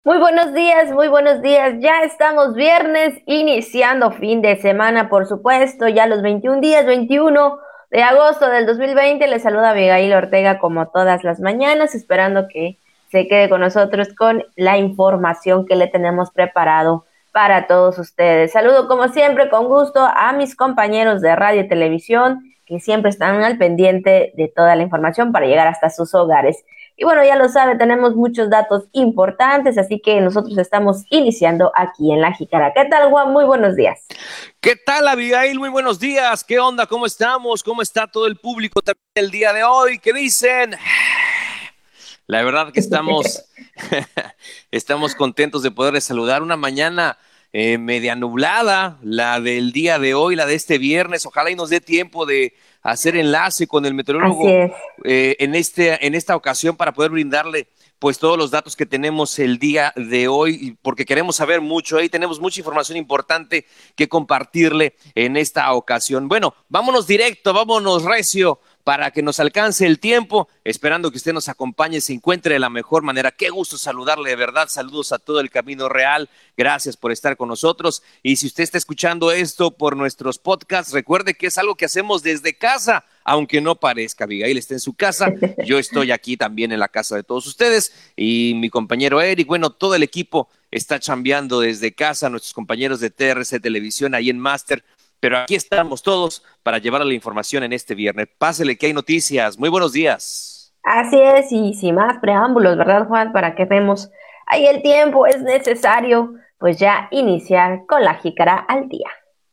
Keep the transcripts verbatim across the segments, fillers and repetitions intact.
Muy buenos días, muy buenos días. Ya estamos viernes, iniciando fin de semana, por supuesto, ya los veintiún días, veintiuno de agosto del dos mil veinte. Les saluda Abigail Ortega como todas las mañanas, esperando que se quede con nosotros con la información que le tenemos preparado para todos ustedes. Saludo como siempre con gusto a mis compañeros de radio y televisión que siempre están al pendiente de toda la información para llegar hasta sus hogares. Y bueno, ya lo sabe, tenemos muchos datos importantes, así que nosotros estamos iniciando aquí en La Jícara. ¿Qué tal, Juan? Muy buenos días. ¿Qué tal, Abigail? Muy buenos días. ¿Qué onda? ¿Cómo estamos? ¿Cómo está todo el público también el día de hoy? ¿Qué dicen? La verdad que estamos, estamos contentos de poderles saludar una mañana eh, media nublada, la del día de hoy, la de este viernes. Ojalá y nos dé tiempo de hacer enlace con el meteorólogo eh, en, este, en esta ocasión para poder brindarle pues todos los datos que tenemos el día de hoy, porque queremos saber mucho, ahí tenemos mucha información importante que compartirle en esta ocasión. Bueno, vámonos directo, vámonos recio, para que nos alcance el tiempo, esperando que usted nos acompañe, se encuentre de la mejor manera. Qué gusto saludarle, de verdad, saludos a todo el Camino Real, gracias por estar con nosotros, y si usted está escuchando esto por nuestros podcasts, recuerde que es algo que hacemos desde casa, aunque no parezca. Abigail está en su casa, yo estoy aquí también en la casa de todos ustedes, y mi compañero Eric, bueno, todo el equipo está chambeando desde casa, nuestros compañeros de T R C Televisión ahí en Máster, pero aquí estamos todos para llevarle la información en este viernes. Pásele que hay noticias. Muy buenos días. Así es, y sin más preámbulos, ¿verdad, Juan? Para que vemos ahí el tiempo, es necesario pues ya iniciar con La Jícara al día.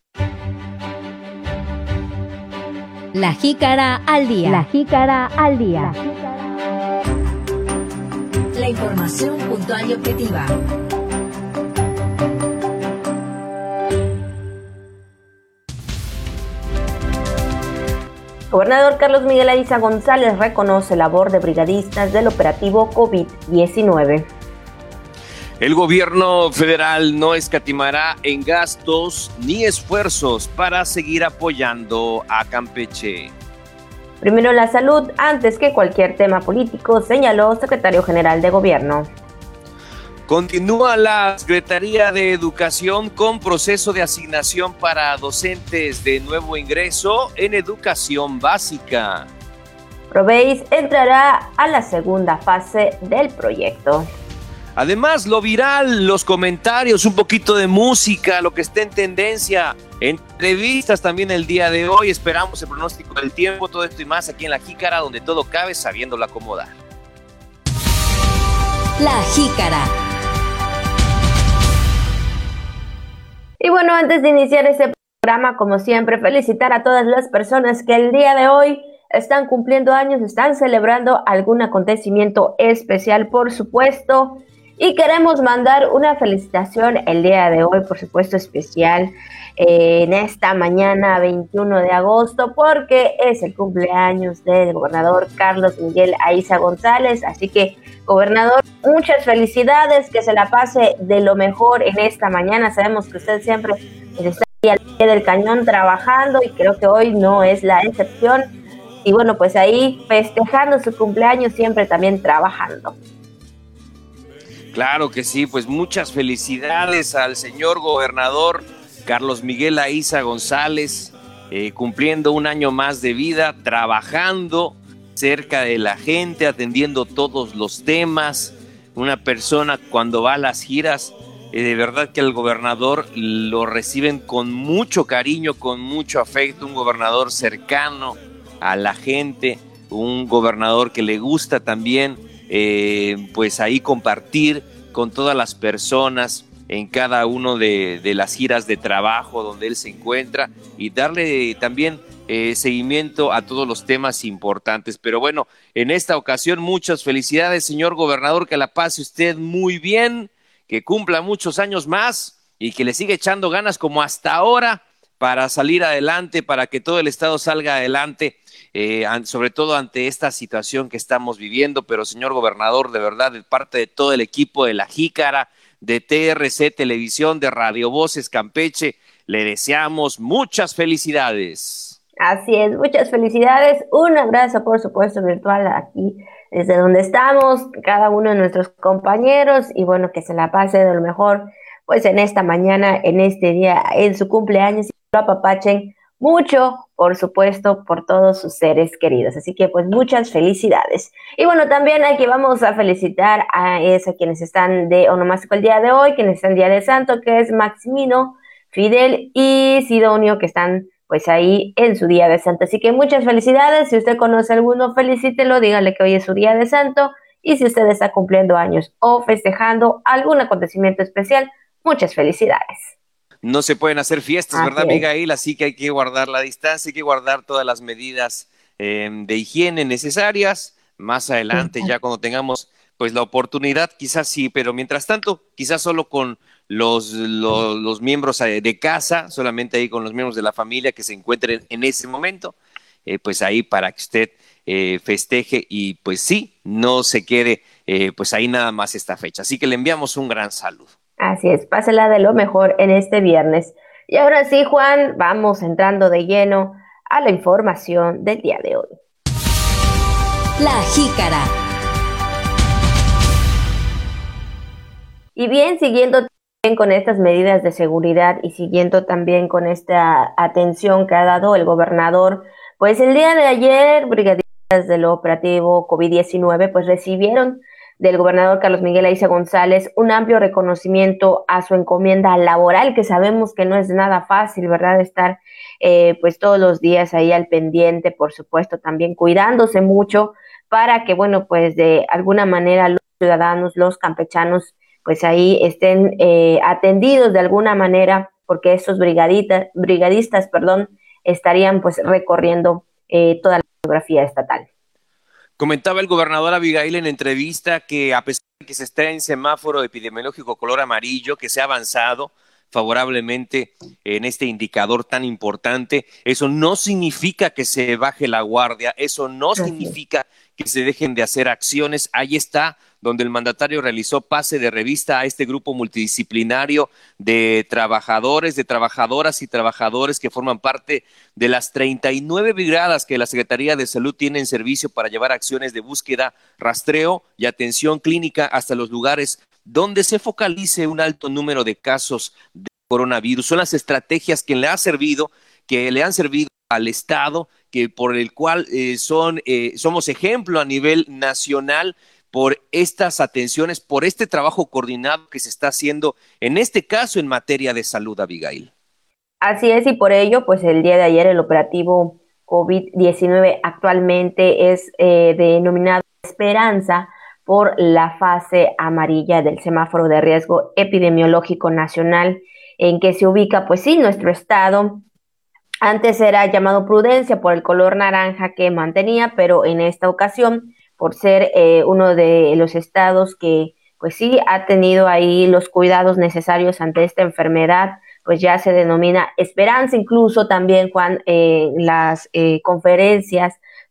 La Jícara al día. La Jícara al día. La información puntual y objetiva. Gobernador Carlos Miguel Aiza González reconoce labor de brigadistas del operativo COVID diecinueve. El gobierno federal no escatimará en gastos ni esfuerzos para seguir apoyando a Campeche. Primero la salud antes que cualquier tema político, señaló secretario general de Gobierno. Continúa la Secretaría de Educación con proceso de asignación para docentes de nuevo ingreso en educación básica. Proveis entrará a la segunda fase del proyecto. Además, lo viral, los comentarios, un poquito de música, lo que esté en tendencia, entrevistas también el día de hoy. Esperamos el pronóstico del tiempo, todo esto y más aquí en La Jícara, donde todo cabe sabiéndolo acomodar. La Jícara. Y bueno, antes de iniciar este programa, como siempre, felicitar a todas las personas que el día de hoy están cumpliendo años, están celebrando algún acontecimiento especial, por supuesto, y queremos mandar una felicitación el día de hoy, por supuesto, especial, eh, en esta mañana veintiuno de agosto, porque es el cumpleaños del gobernador Carlos Miguel Aiza González, así que, gobernador, muchas felicidades, que se la pase de lo mejor en esta mañana. Sabemos que usted siempre está ahí al pie del cañón trabajando y creo que hoy no es la excepción. Y bueno, pues ahí festejando su cumpleaños, siempre también trabajando. Claro que sí, pues muchas felicidades al señor gobernador Carlos Miguel Aiza González, eh, cumpliendo un año más de vida, trabajando cerca de la gente, atendiendo todos los temas. Una persona cuando va a las giras, eh, de verdad que el gobernador lo reciben con mucho cariño, con mucho afecto, un gobernador cercano a la gente, un gobernador que le gusta también eh, pues ahí compartir con todas las personas en cada uno de, de las giras de trabajo donde él se encuentra y darle también Eh, seguimiento a todos los temas importantes. Pero bueno, en esta ocasión muchas felicidades, señor gobernador, que la pase usted muy bien, que cumpla muchos años más y que le siga echando ganas como hasta ahora para salir adelante, para que todo el estado salga adelante, eh, sobre todo ante esta situación que estamos viviendo. Pero señor gobernador, de verdad, de parte de todo el equipo de La Jícara, de T R C Televisión, de Radio Voces Campeche, le deseamos muchas felicidades. Así es, muchas felicidades, un abrazo por supuesto virtual aquí desde donde estamos, cada uno de nuestros compañeros, y bueno, que se la pase de lo mejor, pues en esta mañana, en este día, en su cumpleaños, y lo apapachen mucho, por supuesto, por todos sus seres queridos. Así que pues muchas felicidades. Y bueno, también aquí vamos a felicitar a esos quienes están de onomástico el día de hoy, quienes están el día de santo, que es Maximino, Fidel y Sidonio, que están pues ahí en su día de santo. Así que muchas felicidades. Si usted conoce a alguno, felicítelo, dígale que hoy es su día de santo. Y si usted está cumpliendo años o festejando algún acontecimiento especial, muchas felicidades. No se pueden hacer fiestas, Así ¿verdad, es. Abigail? Así que hay que guardar la distancia, hay que guardar todas las medidas eh, de higiene necesarias. Más adelante, ya cuando tengamos pues la oportunidad, quizás sí, pero mientras tanto, quizás solo con los, los, los miembros de casa, solamente ahí con los miembros de la familia que se encuentren en ese momento, eh, pues ahí para que usted eh, festeje y pues sí, no se quede eh, pues ahí nada más esta fecha. Así que le enviamos un gran saludo. Así es, pásela de lo mejor en este viernes. Y ahora sí, Juan, vamos entrando de lleno a la información del día de hoy. La Jícara. Y bien, siguiendo también con estas medidas de seguridad y siguiendo también con esta atención que ha dado el gobernador, pues el día de ayer, brigadistas del operativo COVID diecinueve, pues recibieron del gobernador Carlos Miguel Aiza González un amplio reconocimiento a su encomienda laboral, que sabemos que no es nada fácil, ¿verdad? Estar eh, pues todos los días ahí al pendiente, por supuesto, también cuidándose mucho para que, bueno, pues de alguna manera los ciudadanos, los campechanos, pues ahí estén eh, atendidos de alguna manera, porque estos brigadistas, brigadistas, perdón, estarían pues recorriendo eh, toda la geografía estatal. Comentaba el gobernador Abigail en entrevista que a pesar de que se está en semáforo epidemiológico color amarillo, que se ha avanzado favorablemente en este indicador tan importante, eso no significa que se baje la guardia, eso no Así significa que se dejen de hacer acciones. Ahí está donde el mandatario realizó pase de revista a este grupo multidisciplinario de trabajadores, de trabajadoras y trabajadores que forman parte de las treinta y nueve brigadas que la Secretaría de Salud tiene en servicio para llevar acciones de búsqueda, rastreo y atención clínica hasta los lugares donde se focalice un alto número de casos de coronavirus. Son las estrategias que le ha servido, que le han servido al Estado, que por el cual eh, son, eh, somos ejemplo a nivel nacional por estas atenciones, por este trabajo coordinado que se está haciendo, en este caso en materia de salud, Abigail. Así es, y por ello, pues el día de ayer el operativo COVID diecinueve actualmente es eh, denominado Esperanza por la fase amarilla del semáforo de riesgo epidemiológico nacional, en que se ubica, pues sí, nuestro estado. Antes era llamado Prudencia por el color naranja que mantenía, pero en esta ocasión, por ser eh, uno de los estados que, pues sí, ha tenido ahí los cuidados necesarios ante esta enfermedad, pues ya se denomina Esperanza. Incluso también, Juan, eh, las eh, conferencias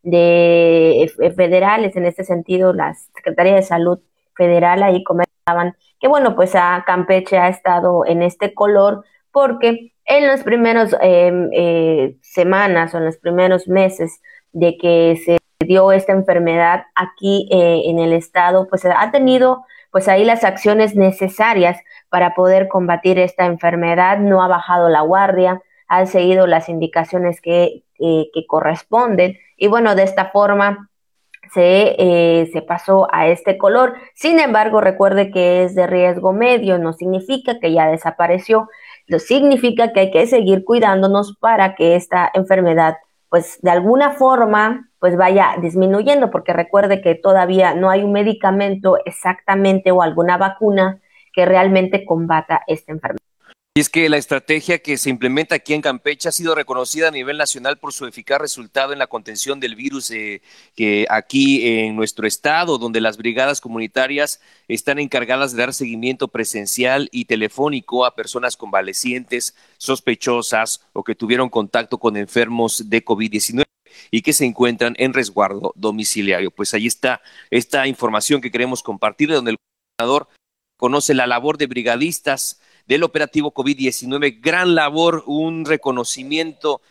de eh, federales, en este sentido, la Secretaría de Salud Federal ahí comentaban que, bueno, pues a Campeche ha estado en este color porque en las primeras eh, eh, semanas o en los primeros meses de que se dio esta enfermedad aquí eh, en el estado, pues ha tenido pues ahí las acciones necesarias para poder combatir esta enfermedad, no ha bajado la guardia, ha seguido las indicaciones que, eh, que corresponden y bueno, de esta forma se, eh, se pasó a este color. Sin embargo, recuerde que es de riesgo medio, no significa que ya desapareció, lo significa que hay que seguir cuidándonos para que esta enfermedad pues de alguna forma pues vaya disminuyendo, porque recuerde que todavía no hay un medicamento exactamente o alguna vacuna que realmente combata esta enfermedad. Y es que la estrategia que se implementa aquí en Campeche ha sido reconocida a nivel nacional por su eficaz resultado en la contención del virus eh, que aquí en nuestro estado, donde las brigadas comunitarias están encargadas de dar seguimiento presencial y telefónico a personas convalecientes, sospechosas o que tuvieron contacto con enfermos de COVID diecinueve y que se encuentran en resguardo domiciliario. Pues ahí está esta información que queremos compartir, donde el gobernador conoce la labor de brigadistas del operativo COVID diecinueve, gran labor, un reconocimiento a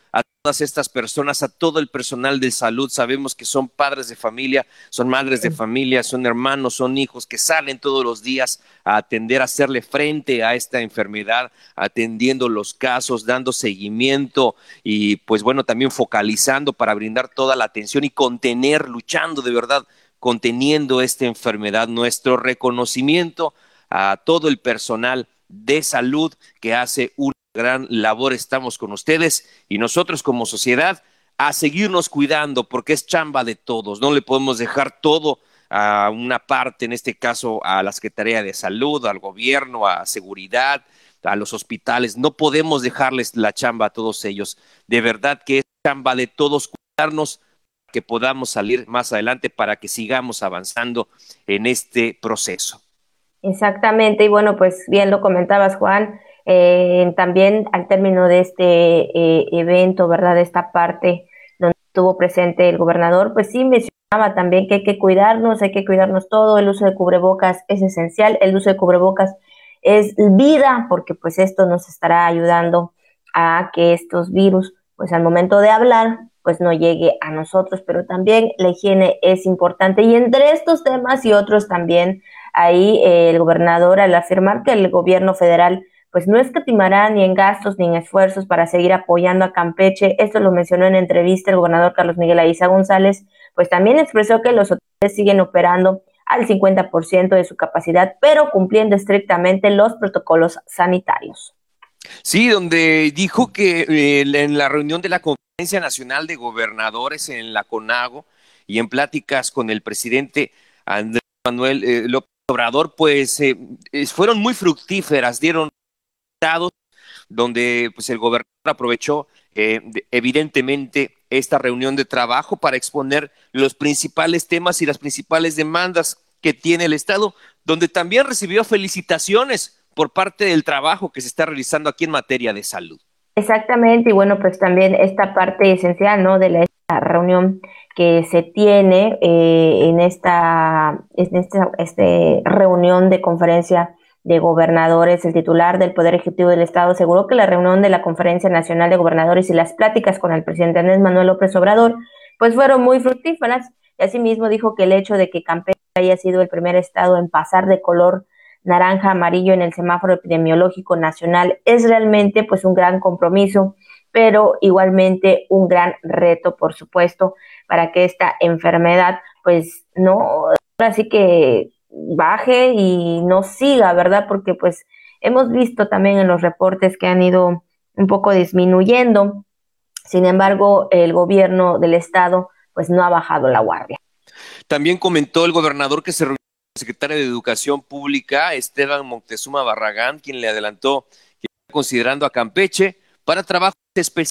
todas estas personas, a todo el personal de salud. Sabemos que son padres de familia, son madres de familia, son hermanos, son hijos que salen todos los días a atender, a hacerle frente a esta enfermedad, atendiendo los casos, dando seguimiento y pues bueno, también focalizando para brindar toda la atención y contener, luchando de verdad, conteniendo esta enfermedad. Nuestro reconocimiento a todo el personal de salud que hace una gran labor. Estamos con ustedes y nosotros como sociedad a seguirnos cuidando porque es chamba de todos. No le podemos dejar todo a una parte, en este caso a la Secretaría de Salud, al gobierno, a seguridad, a los hospitales. No podemos dejarles la chamba a todos ellos. De verdad que es chamba de todos cuidarnos, que podamos salir más adelante para que sigamos avanzando en este proceso. Exactamente, y bueno, pues bien lo comentabas, Juan, eh, también al término de este eh, evento, ¿verdad? De esta parte donde estuvo presente el gobernador, pues sí mencionaba también que hay que cuidarnos, hay que cuidarnos todo, el uso de cubrebocas es esencial, el uso de cubrebocas es vida, porque pues esto nos estará ayudando a que estos virus, pues al momento de hablar, pues no llegue a nosotros, pero también la higiene es importante, y entre estos temas y otros también, ahí eh, el gobernador, al afirmar que el gobierno federal pues no escatimará ni en gastos ni en esfuerzos para seguir apoyando a Campeche, esto lo mencionó en entrevista el gobernador Carlos Miguel Aiza González, pues también expresó que los hoteles siguen operando al cincuenta por ciento de su capacidad, pero cumpliendo estrictamente los protocolos sanitarios. Sí, donde dijo que eh, en la reunión de la Conferencia Nacional de Gobernadores en la CONAGO y en pláticas con el presidente Andrés Manuel eh, López Obrador, pues eh, fueron muy fructíferas, dieron resultados, donde pues el gobernador aprovechó eh, de, evidentemente esta reunión de trabajo para exponer los principales temas y las principales demandas que tiene el Estado, donde también recibió felicitaciones por parte del trabajo que se está realizando aquí en materia de salud. Exactamente, y bueno, pues también esta parte esencial, ¿no?, de la esta reunión que se tiene eh, en esta, en esta este, reunión de conferencia de gobernadores. El titular del Poder Ejecutivo del Estado aseguró que la reunión de la Conferencia Nacional de Gobernadores y las pláticas con el presidente Andrés Manuel López Obrador pues fueron muy fructíferas, y asimismo dijo que el hecho de que Campeche haya sido el primer estado en pasar de color naranja amarillo en el semáforo epidemiológico nacional es realmente pues un gran compromiso, pero igualmente un gran reto, por supuesto, para que esta enfermedad pues no, así que baje y no siga, ¿verdad? Porque pues hemos visto también en los reportes que han ido un poco disminuyendo. Sin embargo, el gobierno del estado pues no ha bajado la guardia. También comentó el gobernador que se reunió con el secretario de Educación Pública, Esteban Moctezuma Barragán, quien le adelantó que está considerando a Campeche para trabajos específicos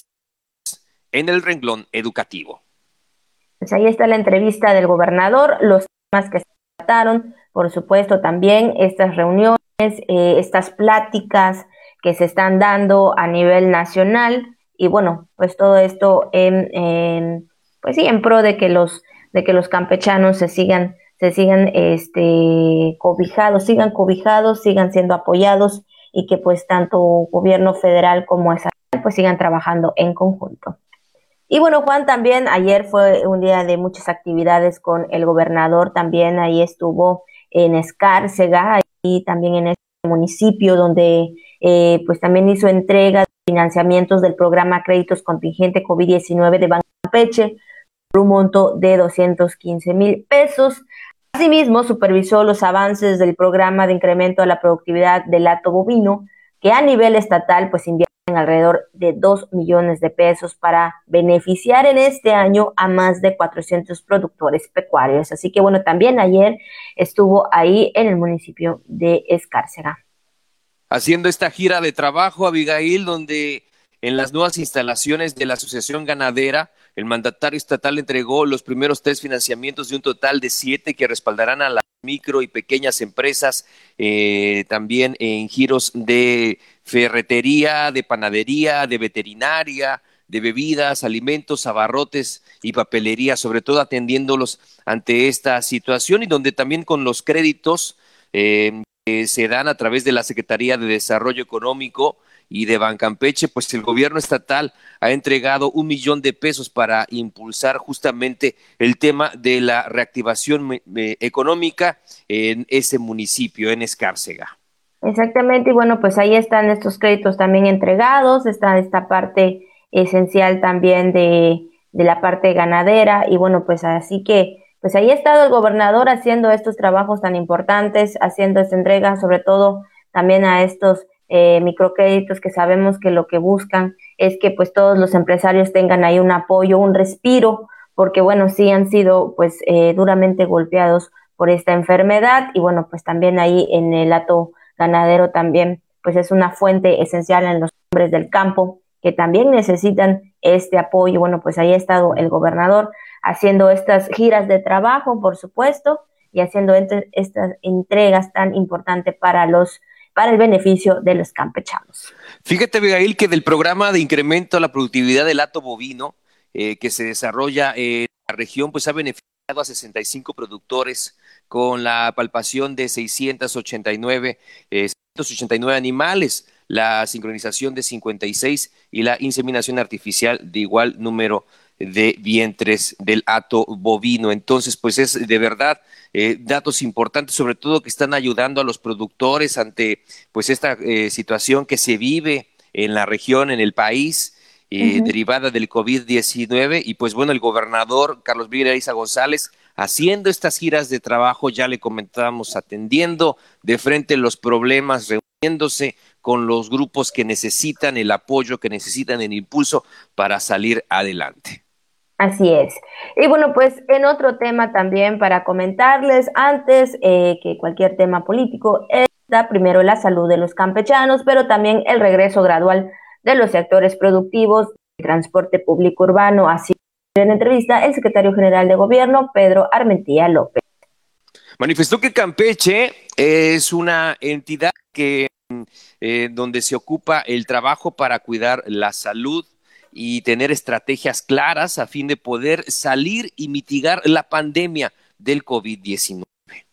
en el renglón educativo. Pues ahí está la entrevista del gobernador, los temas que se trataron, por supuesto también estas reuniones, eh, estas pláticas que se están dando a nivel nacional, y bueno, pues todo esto en, en pues sí, en pro de que los de que los campechanos se sigan se sigan este cobijados, sigan cobijados, sigan siendo apoyados, y que pues tanto gobierno federal como estatal pues sigan trabajando en conjunto. Y bueno, Juan, también ayer fue un día de muchas actividades con el gobernador, también ahí estuvo en Escárcega y también en este municipio donde eh, pues también hizo entrega de financiamientos del programa Créditos Contingente COVID diecinueve de Banco Campeche por un monto de doscientos quince mil pesos. Asimismo, supervisó los avances del programa de incremento a la productividad del hato bovino, que a nivel estatal pues invierten alrededor de dos millones de pesos para beneficiar en este año a más de cuatrocientos productores pecuarios. Así que bueno, también ayer estuvo ahí en el municipio de Escárcega. Haciendo esta gira de trabajo, Abigail, donde en las nuevas instalaciones de la Asociación Ganadera, el mandatario estatal entregó los primeros tres financiamientos de un total de siete que respaldarán a las micro y pequeñas empresas, eh, también en giros de ferretería, de panadería, de veterinaria, de bebidas, alimentos, abarrotes y papelería, sobre todo atendiéndolos ante esta situación, y donde también con los créditos eh, eh, se dan a través de la Secretaría de Desarrollo Económico y de Bancampeche, pues el gobierno estatal ha entregado un millón de pesos para impulsar justamente el tema de la reactivación eh, económica en ese municipio, en Escárcega. Exactamente, y bueno, pues ahí están estos créditos también entregados, está esta parte esencial también de, de la parte ganadera, y bueno, pues así que, pues ahí ha estado el gobernador haciendo estos trabajos tan importantes, haciendo esta entrega, sobre todo también a estos eh, microcréditos que sabemos que lo que buscan es que pues todos los empresarios tengan ahí un apoyo, un respiro, porque bueno, sí han sido pues eh, duramente golpeados por esta enfermedad, y bueno, pues también ahí en el hato ganadero también pues es una fuente esencial en los hombres del campo que también necesitan este apoyo. Bueno, pues ahí ha estado el gobernador haciendo estas giras de trabajo, por supuesto, y haciendo entre, estas entregas tan importantes para los para el beneficio de los campechanos. Fíjate, Abigail, que del programa de incremento a la productividad del hato bovino eh, que se desarrolla en la región, pues ha beneficiado a sesenta y cinco productores con la palpación de seiscientos ochenta y nueve, eh, seiscientos ochenta y nueve animales, la sincronización de cincuenta y seis y la inseminación artificial de igual número de vientres del hato bovino. Entonces, pues es de verdad eh, datos importantes, sobre todo que están ayudando a los productores ante pues esta eh, situación que se vive en la región, en el país, eh, uh-huh. derivada del COVID diecinueve. Y pues bueno, el gobernador Carlos Villaraiza González haciendo estas giras de trabajo, ya le comentábamos, atendiendo de frente los problemas, reuniéndose con los grupos que necesitan el apoyo, que necesitan el impulso para salir adelante. Así es. Y bueno, pues en otro tema también para comentarles, antes eh, que cualquier tema político, está primero la salud de los campechanos, pero también el regreso gradual de los sectores productivos, el transporte público urbano, así en entrevista el secretario general de gobierno, Pedro Armentía López. Manifestó que Campeche es una entidad que eh, donde se ocupa el trabajo para cuidar la salud y tener estrategias claras a fin de poder salir y mitigar la pandemia del COVID diecinueve.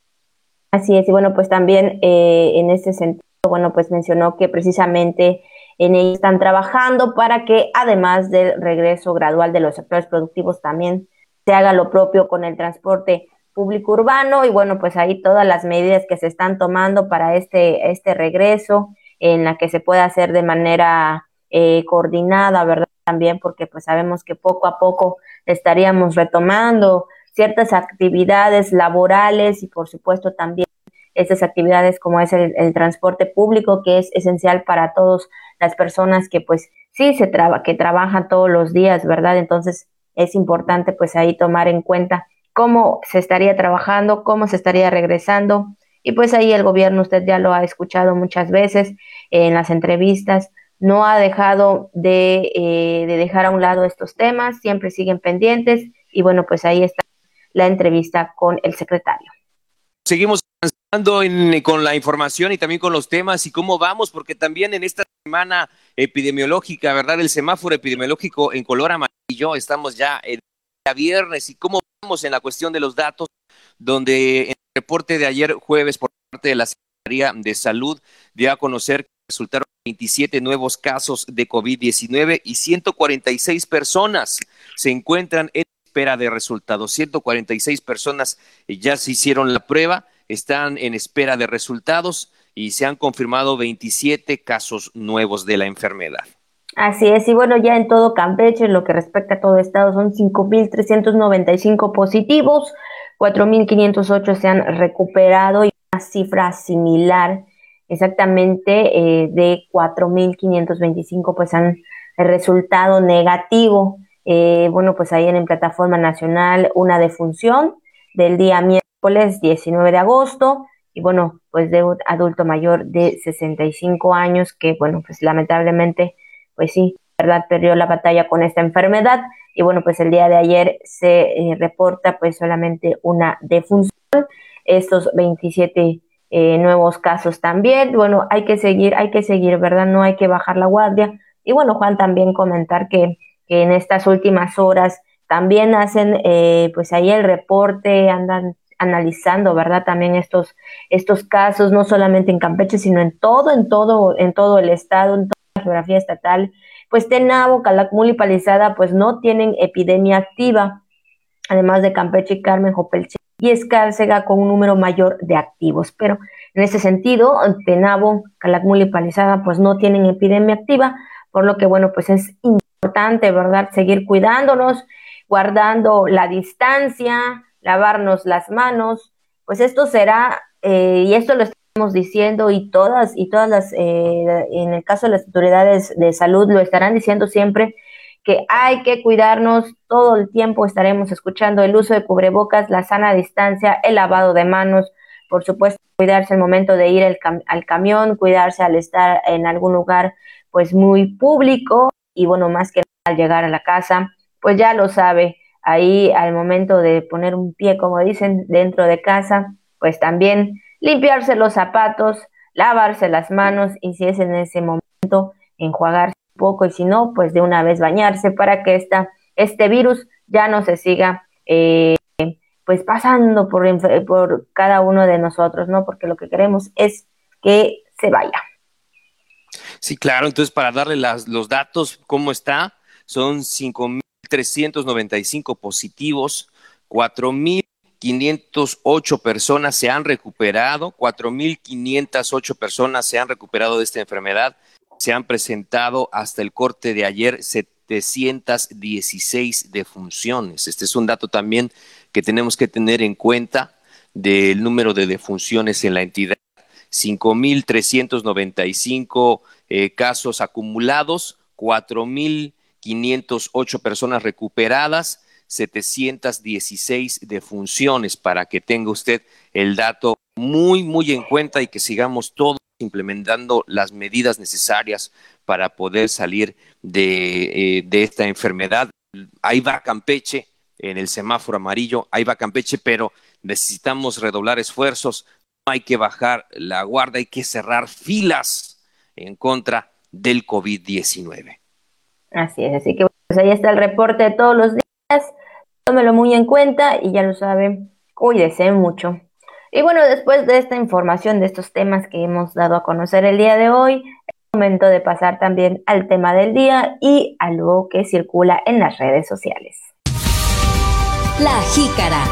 Así es, y bueno, pues también eh, en este sentido, bueno, pues mencionó que precisamente en ello están trabajando para que además del regreso gradual de los sectores productivos también se haga lo propio con el transporte público urbano, y bueno, pues ahí todas las medidas que se están tomando para este, este regreso, en la que se pueda hacer de manera eh, coordinada, ¿verdad? También porque pues sabemos que poco a poco estaríamos retomando ciertas actividades laborales y por supuesto también estas actividades como es el, el transporte público, que es esencial para todas las personas que pues sí se traba, que trabajan todos los días, ¿verdad? Entonces es importante pues ahí tomar en cuenta cómo se estaría trabajando, cómo se estaría regresando, y pues ahí el gobierno, usted ya lo ha escuchado muchas veces eh, en las entrevistas, no ha dejado de, eh, de dejar a un lado estos temas, siempre siguen pendientes, y bueno, pues ahí está la entrevista con el secretario. Seguimos avanzando en, con la información y también con los temas y cómo vamos, porque también en esta semana epidemiológica, ¿verdad? El semáforo epidemiológico en color amarillo, estamos ya el día viernes, y cómo vamos en la cuestión de los datos, donde en el reporte de ayer jueves por parte de la Secretaría de Salud dio a conocer que resultaron veintisiete nuevos casos de COVID diecinueve y ciento cuarenta y seis personas se encuentran en espera de resultados. ciento cuarenta y seis personas ya se hicieron la prueba, están en espera de resultados y se han confirmado veintisiete casos nuevos de la enfermedad. Así es, y bueno, ya en todo Campeche, en lo que respecta a todo estado, son cinco mil trescientos noventa y cinco positivos, cuatro mil quinientos ocho se han recuperado, y una cifra similar exactamente eh, de cuatro mil quinientos veinticinco pues han resultado negativo. Eh, bueno, pues ahí en, en plataforma nacional una defunción del día miércoles diecinueve de agosto, y bueno, pues de un adulto mayor de sesenta y cinco años que, bueno, pues lamentablemente, pues sí, verdad, perdió la batalla con esta enfermedad, y bueno, pues el día de ayer se eh, reporta pues solamente una defunción, estos veintisiete Eh, nuevos casos también. Bueno, hay que seguir, hay que seguir, ¿verdad? No hay que bajar la guardia. Y bueno, Juan, también comentar que, que en estas últimas horas también hacen, eh, pues ahí el reporte, andan analizando, ¿verdad? También estos, estos casos, no solamente en Campeche, sino en todo, en todo, en todo el estado, en toda la geografía estatal. Pues Tenabo, Calakmul y Palizada, pues no tienen epidemia activa, además de Campeche, Carmen, Jopelche y Escárcega con un número mayor de activos. Pero en ese sentido, Tenabo, Calakmul y Palizada, pues no tienen epidemia activa, por lo que, bueno, pues es importante, ¿verdad?, seguir cuidándonos, guardando la distancia, lavarnos las manos. Pues esto será, eh, y esto lo estamos diciendo, y todas, y todas las, eh, en el caso de las autoridades de salud, lo estarán diciendo siempre, que hay que cuidarnos. Todo el tiempo estaremos escuchando el uso de cubrebocas, la sana distancia, el lavado de manos, por supuesto, cuidarse al momento de ir al, cam- al camión, cuidarse al estar en algún lugar pues muy público, y bueno, más que nada al llegar a la casa, pues ya lo sabe, ahí al momento de poner un pie, como dicen, dentro de casa, pues también limpiarse los zapatos, lavarse las manos, y si es en ese momento, enjuagarse un poco, y si no, pues de una vez bañarse para que esta, este virus ya no se siga eh, pues pasando por, por cada uno de nosotros, ¿no? Porque lo que queremos es que se vaya. Sí, claro. Entonces, para darle las, los datos, ¿cómo está? Son cinco mil trescientos noventa y cinco positivos, cuatro mil quinientas ocho personas se han recuperado, cuatro mil quinientas ocho personas se han recuperado de esta enfermedad. Se han presentado hasta el corte de ayer setecientas dieciséis defunciones. Este es un dato también que tenemos que tener en cuenta del número de defunciones en la entidad. cinco mil trescientos noventa y cinco eh, casos acumulados, cuatro mil quinientas ocho personas recuperadas, setecientas dieciséis defunciones, para que tenga usted el dato muy, muy en cuenta y que sigamos todos implementando las medidas necesarias para poder salir de, eh, de esta enfermedad. Ahí va Campeche en el semáforo amarillo, ahí va Campeche, pero necesitamos redoblar esfuerzos. No hay que bajar la guardia, hay que cerrar filas en contra del COVID diecinueve. Así es, así que pues ahí está el reporte de todos los días, tómelo muy en cuenta y ya lo saben, cuídese mucho. Y bueno, después de esta información, de estos temas que hemos dado a conocer el día de hoy, es momento de pasar también al tema del día y a lo que circula en las redes sociales. La Jícara.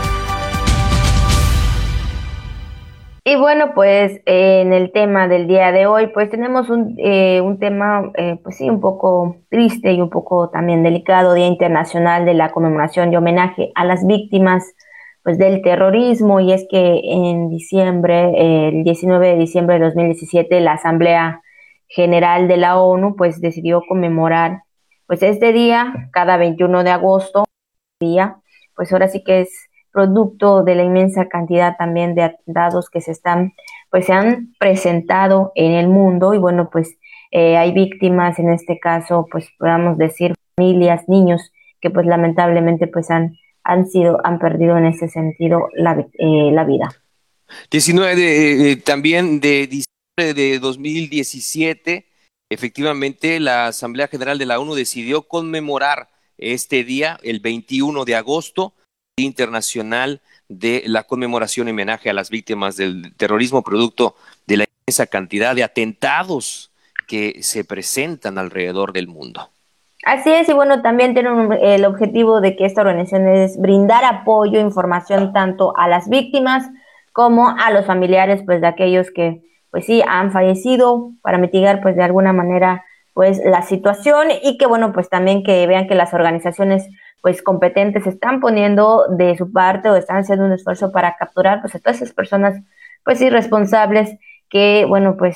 Y bueno, pues eh, en el tema del día de hoy, pues tenemos un, eh, un tema, eh, pues sí, un poco triste y un poco también delicado, Día Internacional de la Conmemoración y Homenaje a las Víctimas pues del Terrorismo. Y es que en diciembre, eh, el diecinueve de diciembre de dos mil diecisiete, la Asamblea General de la ONU pues decidió conmemorar pues este día cada veintiuno de agosto, día, pues ahora sí que es producto de la inmensa cantidad también de atentados que se están, pues se han presentado en el mundo. Y bueno, pues eh, hay víctimas, en este caso, pues podamos decir familias, niños, que pues lamentablemente pues han, han sido, han perdido en ese sentido la, eh, la vida. diecinueve de, eh, también de diciembre de dos mil diecisiete, efectivamente la Asamblea General de la ONU decidió conmemorar este día, el veintiuno de agosto, Día Internacional de la Conmemoración y Homenaje a las Víctimas del Terrorismo, producto de la inmensa cantidad de atentados que se presentan alrededor del mundo. Así es, y bueno, también tienen el objetivo de que esta organización es brindar apoyo e información tanto a las víctimas como a los familiares pues de aquellos que pues sí han fallecido, para mitigar pues de alguna manera pues la situación, y que bueno, pues también que vean que las organizaciones pues competentes están poniendo de su parte o están haciendo un esfuerzo para capturar pues a todas esas personas pues irresponsables que bueno pues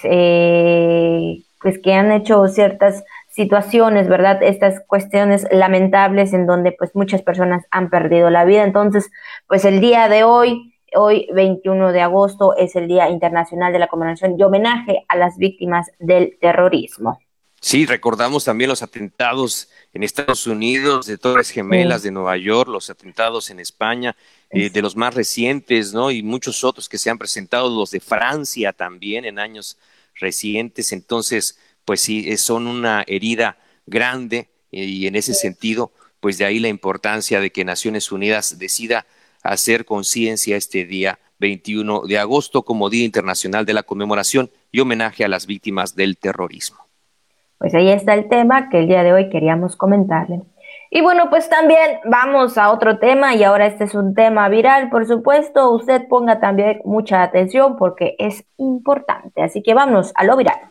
eh, pues que han hecho ciertas situaciones, ¿verdad? Estas cuestiones lamentables en donde pues muchas personas han perdido la vida. Entonces, pues el día de hoy, hoy veintiuno de agosto, es el Día Internacional de la Conmemoración y Homenaje a las Víctimas del Terrorismo. Sí, recordamos también los atentados en Estados Unidos, de Torres Gemelas, sí, de Nueva York, los atentados en España, eh, de los más recientes, ¿no? Y muchos otros que se han presentado, los de Francia también en años recientes. Entonces, pues sí, son una herida grande, eh, y en ese sentido, pues de ahí la importancia de que Naciones Unidas decida hacer conciencia este día veintiuno de agosto como Día Internacional de la Conmemoración y Homenaje a las Víctimas del Terrorismo. Pues ahí está el tema que el día de hoy queríamos comentarle. Y bueno, pues también vamos a otro tema, y ahora este es un tema viral, por supuesto. Usted ponga también mucha atención porque es importante. Así que vámonos a lo viral.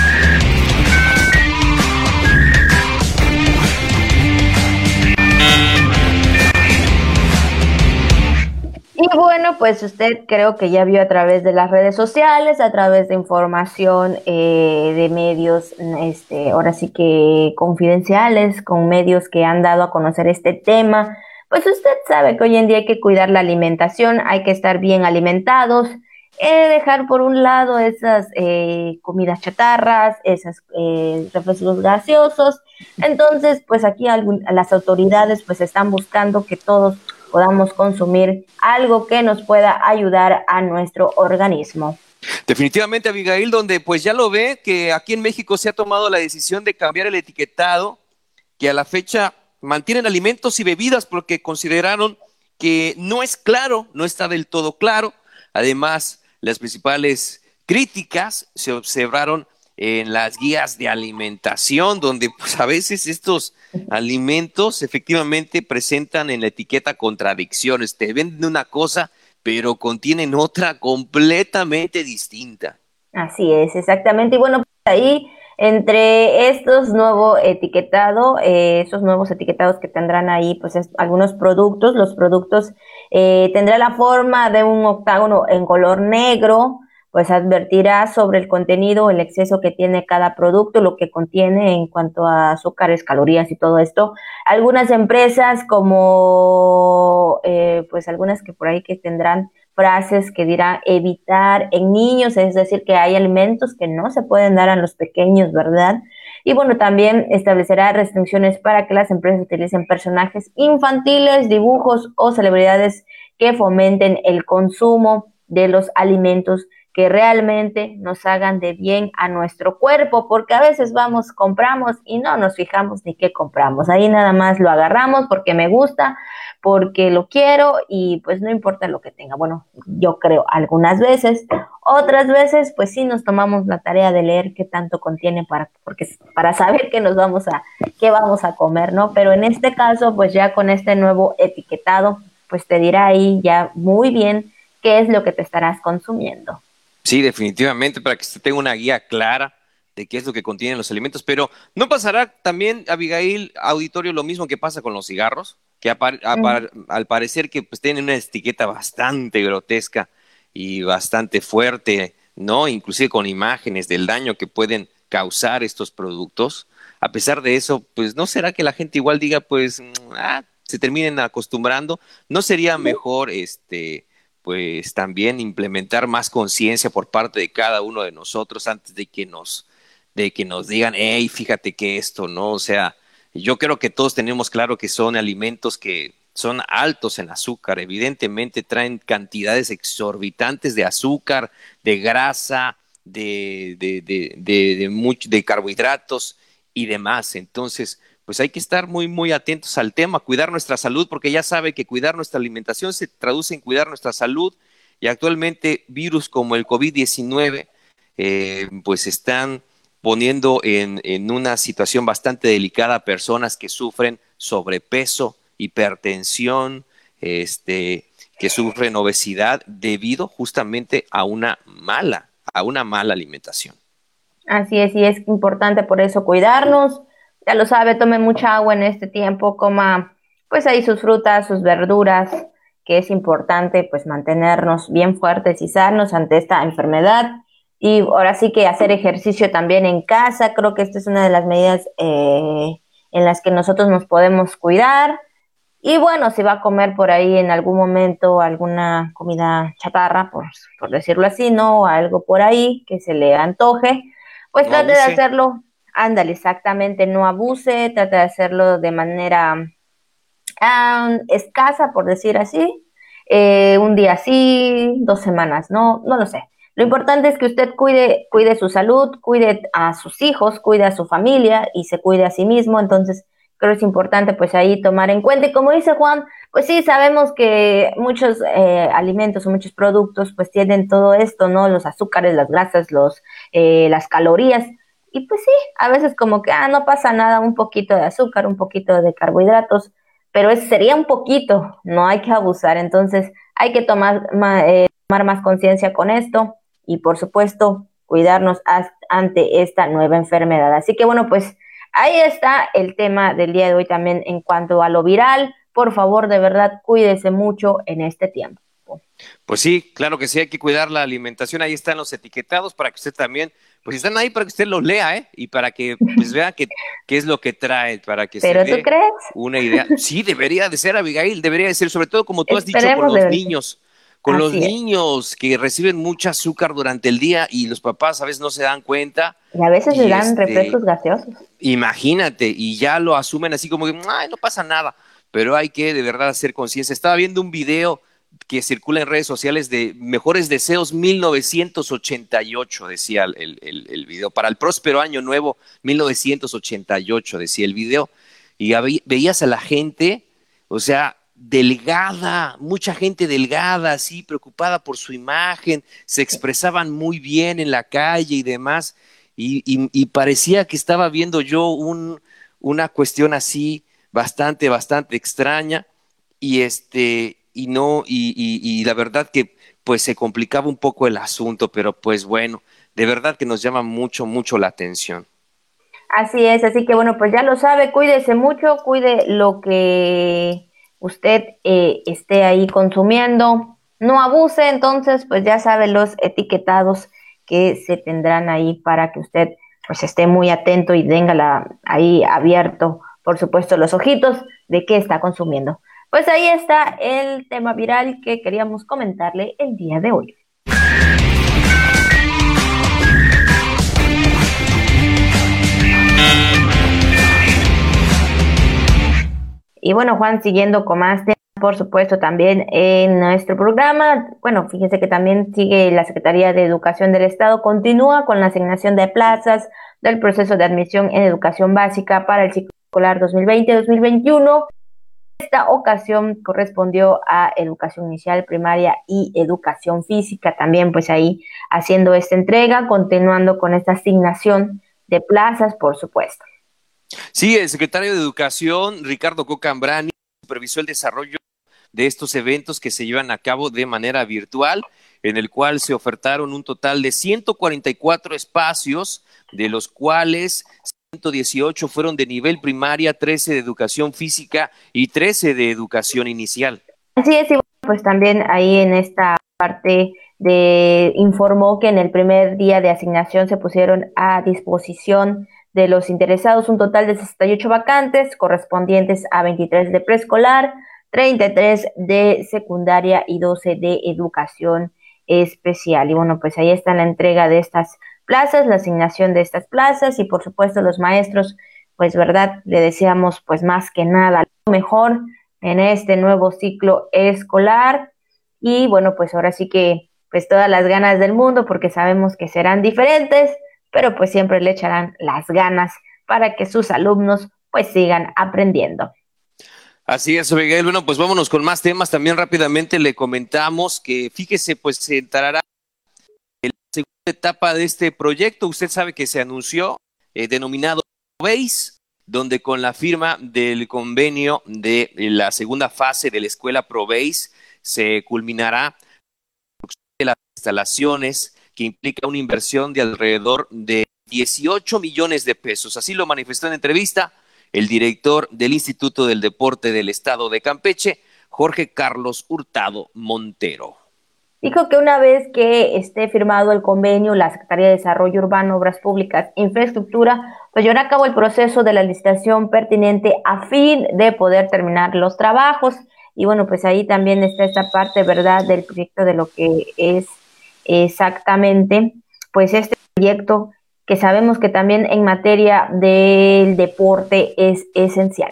Y bueno, pues usted creo que ya vio a través de las redes sociales, a través de información eh, de medios, este, ahora sí que confidenciales, con medios que han dado a conocer este tema. Pues usted sabe que hoy en día hay que cuidar la alimentación, hay que estar bien alimentados, eh, dejar por un lado esas eh, comidas chatarras, esas eh, refrescos gaseosos. Entonces, pues aquí algún, las autoridades pues están buscando que todos podamos consumir algo que nos pueda ayudar a nuestro organismo. Definitivamente, Abigail, donde pues ya lo ve que aquí en México se ha tomado la decisión de cambiar el etiquetado, que a la fecha mantienen alimentos y bebidas porque consideraron que no es claro, no está del todo claro. Además, las principales críticas se observaron en las guías de alimentación, donde pues a veces estos alimentos efectivamente presentan en la etiqueta contradicciones. Te venden una cosa, pero contienen otra completamente distinta. Así es, exactamente. Y bueno, pues ahí entre estos nuevos etiquetados, eh, esos nuevos etiquetados que tendrán ahí, pues es, algunos productos, los productos eh, tendrá la forma de un octágono en color negro. Pues advertirá sobre el contenido, el exceso que tiene cada producto, lo que contiene en cuanto a azúcares, calorías y todo esto. Algunas empresas como, eh, pues algunas que por ahí que tendrán frases que dirán evitar en niños, es decir, que hay alimentos que no se pueden dar a los pequeños, ¿verdad? Y bueno, también establecerá restricciones para que las empresas utilicen personajes infantiles, dibujos o celebridades que fomenten el consumo de los alimentos que realmente nos hagan de bien a nuestro cuerpo, porque a veces vamos, compramos y no nos fijamos ni qué compramos. Ahí nada más lo agarramos porque me gusta, porque lo quiero y pues no importa lo que tenga. Bueno, yo creo algunas veces, otras veces pues sí nos tomamos la tarea de leer qué tanto contiene para, porque, para saber qué nos vamos a, qué vamos a comer, ¿no? Pero en este caso, pues ya con este nuevo etiquetado, pues te dirá ahí ya muy bien qué es lo que te estarás consumiendo. Sí, definitivamente, para que se tenga una guía clara de qué es lo que contienen los alimentos, pero ¿no pasará también, Abigail, auditorio, lo mismo que pasa con los cigarros? Que apar, apar, mm. al parecer que pues tienen una etiqueta bastante grotesca y bastante fuerte, ¿no? Inclusive con imágenes del daño que pueden causar estos productos. A pesar de eso, pues ¿no será que la gente igual diga, pues, ah, se terminen acostumbrando? ¿No sería mejor, este... pues también implementar más conciencia por parte de cada uno de nosotros antes de que nos, de que nos digan, hey, fíjate que esto, ¿no? O sea, yo creo que todos tenemos claro que son alimentos que son altos en azúcar, evidentemente traen cantidades exorbitantes de azúcar, de grasa, de, de, de, de, de, mucho, de carbohidratos y demás. Entonces, pues hay que estar muy, muy atentos al tema, cuidar nuestra salud, porque ya sabe que cuidar nuestra alimentación se traduce en cuidar nuestra salud, y actualmente virus como el COVID diecinueve eh, pues están poniendo en, en una situación bastante delicada a personas que sufren sobrepeso, hipertensión, este, que sufren obesidad debido justamente a una mala, a una mala alimentación. Así es, y es importante por eso cuidarnos. Ya lo sabe, tome mucha agua en este tiempo, coma pues ahí sus frutas, sus verduras, que es importante pues mantenernos bien fuertes y sanos ante esta enfermedad. Y ahora sí que hacer ejercicio también en casa, creo que esta es una de las medidas eh, en las que nosotros nos podemos cuidar. Y bueno, si va a comer por ahí en algún momento alguna comida chatarra, por, por decirlo así, ¿no? O algo por ahí que se le antoje, pues No trate de abuse. hacerlo. Ándale, exactamente, no abuse, trata de hacerlo de manera um, escasa, por decir así, eh, un día sí, dos semanas, no, no lo sé. Lo importante es que usted cuide, cuide su salud, cuide a sus hijos, cuide a su familia y se cuide a sí mismo. Entonces, creo que es importante pues ahí tomar en cuenta. Y como dice Juan, pues sí, sabemos que muchos eh, alimentos o muchos productos pues tienen todo esto, ¿no? Los azúcares, las grasas, los eh, las calorías. Y pues sí, a veces como que, ah, no pasa nada, un poquito de azúcar, un poquito de carbohidratos, pero es, sería un poquito, no hay que abusar. Entonces hay que tomar, ma, eh, tomar más conciencia con esto y por supuesto cuidarnos ante esta nueva enfermedad. Así que bueno, pues ahí está el tema del día de hoy también en cuanto a lo viral. Por favor, de verdad, cuídese mucho en este tiempo. Pues sí, claro que sí, hay que cuidar la alimentación. Ahí están los etiquetados para que usted también, pues están ahí para que usted los lea, ¿eh? Y para que pues vea qué qué es lo que trae, para que se ¿Pero tú dé crees? una idea. Sí, debería de ser, Abigail, debería de ser, sobre todo como tú has dicho con Esperemos de los verdad. niños, con los Así es. niños que reciben mucha azúcar durante el día y los papás a veces no se dan cuenta. Y a veces le Y dan este, refrescos gaseosos. imagínate, y ya lo asumen así como que, ay, no pasa nada, pero hay que de verdad hacer conciencia. Estaba viendo un video que circula en redes sociales de Mejores Deseos mil novecientos ochenta y ocho, decía el, el, el video, para el próspero año nuevo mil novecientos ochenta y ocho, decía el video, y veías a la gente, o sea, delgada, mucha gente delgada, así, preocupada por su imagen, se expresaban muy bien en la calle y demás, y, y, y parecía que estaba viendo yo un, una cuestión así bastante, bastante extraña, y este, y no, y, y, y la verdad que pues se complicaba un poco el asunto, pero pues bueno, de verdad que nos llama mucho, mucho la atención. Así es, así que bueno, pues ya lo sabe, cuídese mucho, cuide lo que usted eh, esté ahí consumiendo, no abuse, entonces pues ya sabe los etiquetados que se tendrán ahí para que usted pues esté muy atento y tenga la, ahí abierto, por supuesto, los ojitos de qué está consumiendo. Pues ahí está el tema viral que queríamos comentarle el día de hoy. Y bueno, Juan, siguiendo con más temas, por supuesto, también en nuestro programa, bueno, fíjense que también sigue la Secretaría de Educación del Estado, continúa con la asignación de plazas del proceso de admisión en educación básica para el ciclo escolar dos mil veinte dos mil veintiuno. Esta ocasión correspondió a educación inicial, primaria y educación física, también pues ahí haciendo esta entrega, continuando con esta asignación de plazas, por supuesto. Sí, el secretario de Educación, Ricardo Cocambrani, supervisó el desarrollo de estos eventos que se llevan a cabo de manera virtual, en el cual se ofertaron un total de ciento cuarenta y cuatro espacios, de los cuales ciento dieciocho fueron de nivel primaria, trece de educación física y trece de educación inicial. Así es, y pues también ahí en esta parte de informó que en el primer día de asignación se pusieron a disposición de los interesados un total de sesenta y ocho vacantes correspondientes a veintitrés de preescolar, treinta y tres de secundaria y doce de educación especial. Y bueno, pues ahí está la entrega de estas plazas, la asignación de estas plazas y por supuesto los maestros, pues verdad, le deseamos pues más que nada lo mejor en este nuevo ciclo escolar y bueno, pues ahora sí que pues todas las ganas del mundo porque sabemos que serán diferentes, pero pues siempre le echarán las ganas para que sus alumnos pues sigan aprendiendo. Así es, Miguel. Bueno, pues vámonos con más temas. También rápidamente le comentamos que, fíjese, pues se entrará en la segunda etapa de este proyecto. Usted sabe que se anunció, eh, denominado ProBase, donde con la firma del convenio de la segunda fase de la escuela ProBase se culminará de las instalaciones que implica una inversión de alrededor de dieciocho millones de pesos. Así lo manifestó en entrevista el director del Instituto del Deporte del Estado de Campeche, Jorge Carlos Hurtado Montero. Dijo que una vez que esté firmado el convenio, la Secretaría de Desarrollo Urbano, Obras Públicas e Infraestructura, pues llevará a cabo el proceso de la licitación pertinente a fin de poder terminar los trabajos. Y bueno, pues ahí también está esta parte, ¿verdad?, del proyecto de lo que es exactamente, pues este proyecto que sabemos que también en materia del deporte es esencial.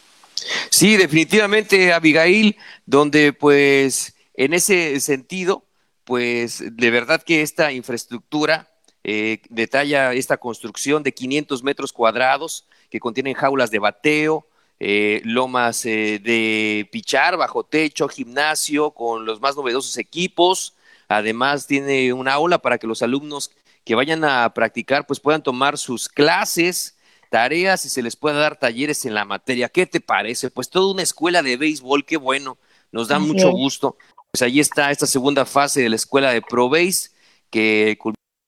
Sí, definitivamente, Abigail, donde pues en ese sentido, pues de verdad que esta infraestructura eh, detalla esta construcción de quinientos metros cuadrados que contienen jaulas de bateo, eh, lomas eh, de pichar, bajo techo, gimnasio, con los más novedosos equipos. Además tiene una aula para que los alumnos que vayan a practicar pues puedan tomar sus clases, tareas y se les pueda dar talleres en la materia. ¿Qué te parece? Pues toda una escuela de béisbol, qué bueno, nos da Así mucho es. gusto. Pues ahí está esta segunda fase de la escuela de ProBase, que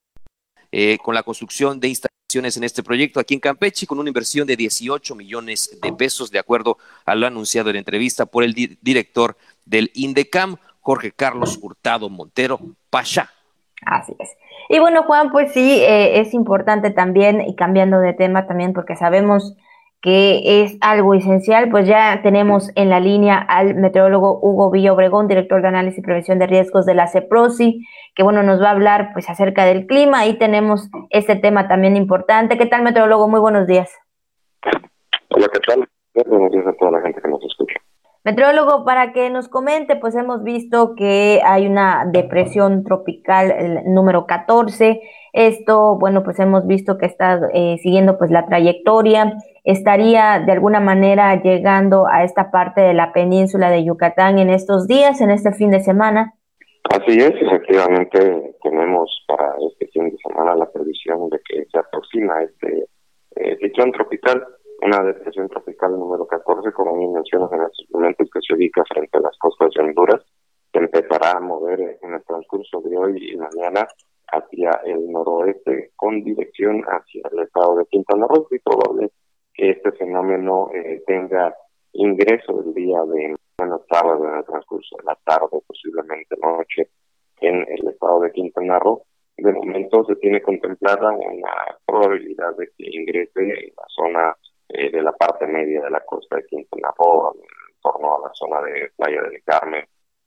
eh, con la construcción de instalaciones en este proyecto aquí en Campeche, con una inversión de dieciocho millones de pesos, de acuerdo a lo anunciado en la entrevista por el di director del INDECAM, Jorge Carlos Hurtado Montero Pasha. Así es. Y bueno, Juan, pues sí, eh, es importante también, y cambiando de tema también, porque sabemos que es algo esencial, pues ya tenemos en la línea al meteorólogo Hugo Villa Obregón, director de análisis y prevención de riesgos de la CEPROSI, que bueno, nos va a hablar pues acerca del clima. Ahí tenemos este tema también importante. ¿Qué tal, meteorólogo? Muy buenos días. Hola, ¿qué tal? Buenos días a toda la gente que nos escucha. Meteorólogo, para que nos comente, pues hemos visto que hay una depresión tropical, el número catorce. Esto, bueno, pues hemos visto que está eh, siguiendo pues la trayectoria. Estaría de alguna manera llegando a esta parte de la península de Yucatán en estos días, en este fin de semana. Así es, efectivamente tenemos para este fin de semana la previsión de que se aproxima este eh, ciclón tropical, una depresión tropical número catorce, como bien mencionas en estos momentos, que se ubica frente a las costas de Honduras, que empezará a mover en el transcurso de hoy y mañana hacia el noroeste con dirección hacia el estado de Quintana Roo. Es probable que este fenómeno eh, tenga ingreso el día de mañana sábado en el transcurso de la tarde, posiblemente noche, en el estado de Quintana Roo. De momento se tiene contemplada una probabilidad de que ingrese en la zona eh, de la parte media de la costa de Quintana Roo, en torno a la zona de Playa del Carmen,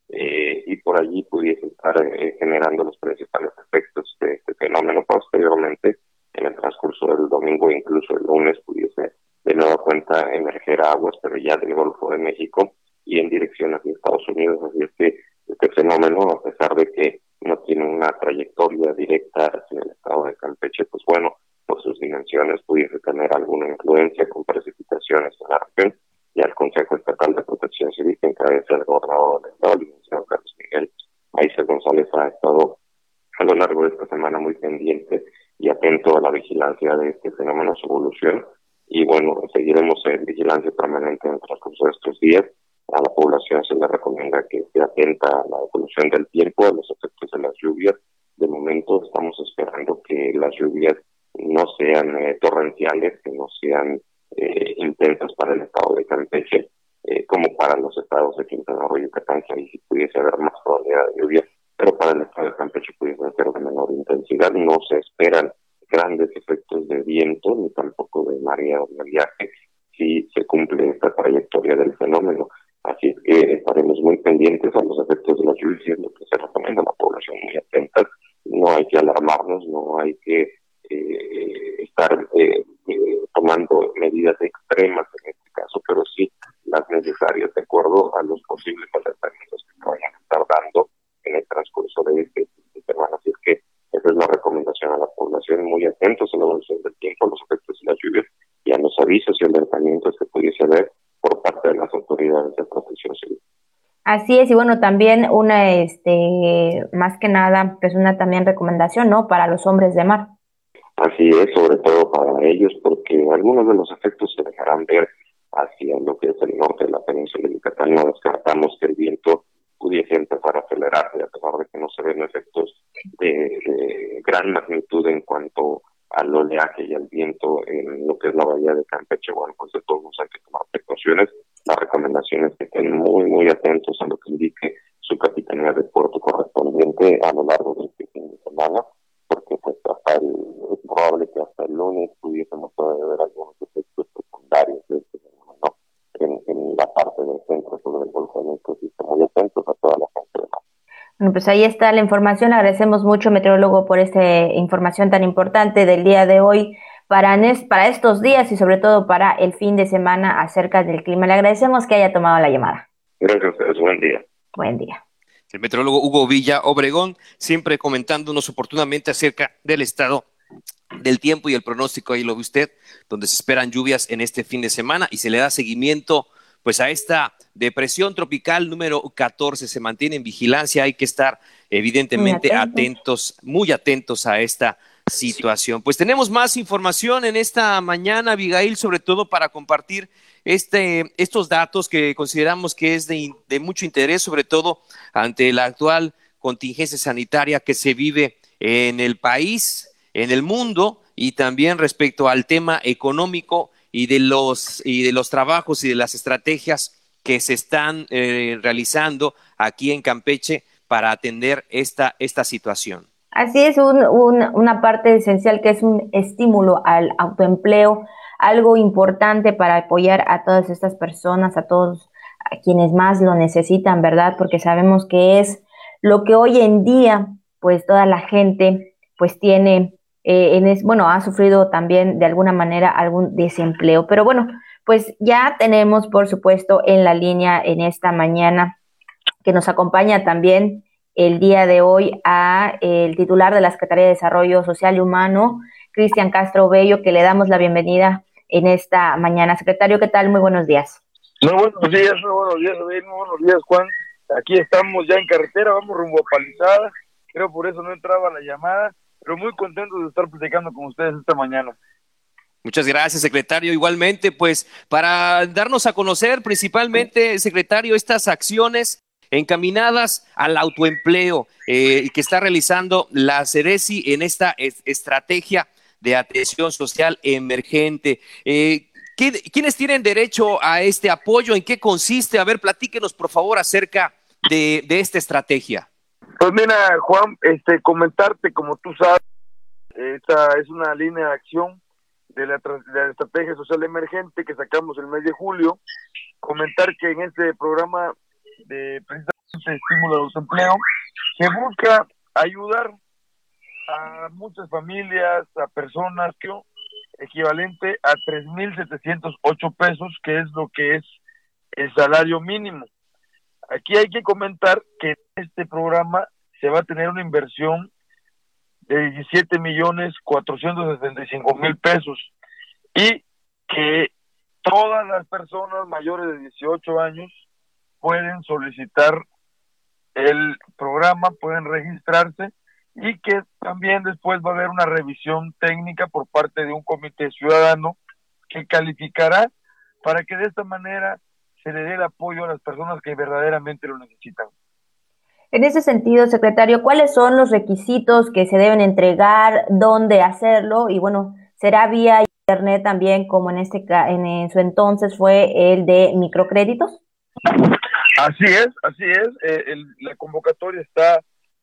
eh, y por allí pudiese estar eh, generando los principales efectos de este fenómeno. Posteriormente, en el transcurso del domingo, incluso el lunes, pudiese de nueva cuenta emerger aguas, pero ya del Golfo de México y en dirección hacia Estados Unidos. Así es que este fenómeno, a pesar de que no tiene una trayectoria directa hacia el estado de Campeche, pues bueno, por sus dimensiones pudiese tener alguna influencia con precipitaciones en la región. Y al Consejo Estatal de Protección Civil, que encabeza el gobernador del estado, el licenciado Carlos Miguel Maíz González, ha estado a lo largo de esta semana muy pendiente y atento a la vigilancia de este fenómeno, su evolución. Y bueno, seguiremos en vigilancia permanente en el transcurso de estos días. A la población se le recomienda que esté atenta a la evolución del tiempo, a los efectos de las lluvias. De momento estamos esperando que las lluvias no sean eh, torrenciales, que no sean eh, intensas para el estado de Campeche, eh, como para los estados de Quintana Roo y Yucatán, que ahí sí pudiese haber más probabilidad de lluvia, pero para el estado de Campeche pudiesen ser de menor intensidad. No se esperan grandes efectos de viento, ni tampoco de marea o de oleaje, si se cumple esta trayectoria del fenómeno. Así es que estaremos muy pendientes a los efectos de las lluvias, lo que se recomienda a la población muy atenta. No hay que alarmarnos, no hay que eh, estar eh, eh, tomando medidas extremas en este caso, pero sí las necesarias de acuerdo a los posibles alertamientos que vayan a estar dando en el transcurso de este fin de semana. Así es que esa es la recomendación a la población, muy atentos a la evolución del tiempo, a los efectos de las lluvias y a los avisos y alertamientos que pudiese haber por parte de las autoridades de protección civil. Así es, y bueno, también una, este, más que nada, pues una también recomendación, ¿no? Para los hombres de mar. Así es, sobre todo para ellos, porque algunos de los efectos se dejarán ver hacia lo que es el norte de la península de Yucatán. No descartamos que el viento pudiese empezar a acelerarse, a pesar de que no se ven efectos de, de gran magnitud en cuanto al oleaje y al viento en lo que es la bahía de Campeche. Bueno, pues de todos modos hay que tomar precauciones. La recomendación es que estén muy, muy atentos a lo que indique su capitanía de puerto correspondiente a lo largo de este fin de semana, porque pues hasta el, es probable que hasta el lunes pudiésemos todavía ver algunos efectos secundarios de este fenómeno en, en la parte del centro sobre el Golfo de México. Así que muy atentos a toda la gente de mar. Bueno, pues ahí está la información. Agradecemos mucho, meteorólogo, por esta información tan importante del día de hoy para, para estos días y sobre todo para el fin de semana acerca del clima. Le agradecemos que haya tomado la llamada. Gracias a ustedes. Buen día. Buen día. El meteorólogo Hugo Villa Obregón, siempre comentándonos oportunamente acerca del estado del tiempo y el pronóstico, ahí lo ve usted, donde se esperan lluvias en este fin de semana y se le da seguimiento pues a esta depresión tropical número catorce. Se mantiene en vigilancia, hay que estar evidentemente Muy atento. atentos, muy atentos a esta situación. Pues tenemos más información en esta mañana, Abigail, sobre todo para compartir este, estos datos que consideramos que es de, de mucho interés, sobre todo ante la actual contingencia sanitaria que se vive en el país, en el mundo, y también respecto al tema económico y de los, y de los trabajos y de las estrategias que se están eh, realizando aquí en Campeche para atender esta, esta situación. Así es, un, un, una parte esencial que es un estímulo al autoempleo, algo importante para apoyar a todas estas personas, a todos a quienes más lo necesitan, ¿verdad? Porque sabemos que es lo que hoy en día, pues toda la gente, pues tiene, eh, en es, bueno, ha sufrido también de alguna manera algún desempleo. Pero bueno, pues ya tenemos, por supuesto, en la línea en esta mañana que nos acompaña también el día de hoy a el titular de la Secretaría de Desarrollo Social y Humano, Cristian Castro Bello, que le damos la bienvenida en esta mañana. Secretario, ¿qué tal? Muy buenos días. Muy buenos días, muy buenos días, muy buenos días, Juan. Aquí estamos ya en carretera, vamos rumbo a Palizada. Creo por eso no entraba la llamada, pero muy contento de estar platicando con ustedes esta mañana. Muchas gracias, secretario. Igualmente, pues, para darnos a conocer principalmente, secretario, estas acciones encaminadas al autoempleo eh, que está realizando la CEDESI en esta es, estrategia de atención social emergente. Eh, ¿qué, ¿Quiénes tienen derecho a este apoyo? ¿En qué consiste? A ver, platíquenos, por favor, acerca de, de esta estrategia. Pues mira, Juan, este, comentarte, como tú sabes, esta es una línea de acción de la, de la estrategia social emergente que sacamos el mes de julio. Comentar que en este programa de precisamente estímulo al autoempleo se busca ayudar a muchas familias, a personas que equivalente a tres mil setecientos ocho pesos, que es lo que es el salario mínimo. Aquí hay que comentar que en este programa se va a tener una inversión de diecisiete millones cuatrocientos setenta y cinco mil pesos y que todas las personas mayores de dieciocho años pueden solicitar el programa, pueden registrarse y que también después va a haber una revisión técnica por parte de un comité ciudadano que calificará para que de esta manera se le dé el apoyo a las personas que verdaderamente lo necesitan. En ese sentido, secretario, ¿cuáles son los requisitos que se deben entregar, dónde hacerlo? Y bueno, ¿será vía internet también, como en este en, en su entonces fue el de microcréditos? Así es, así es. Eh, el, la convocatoria está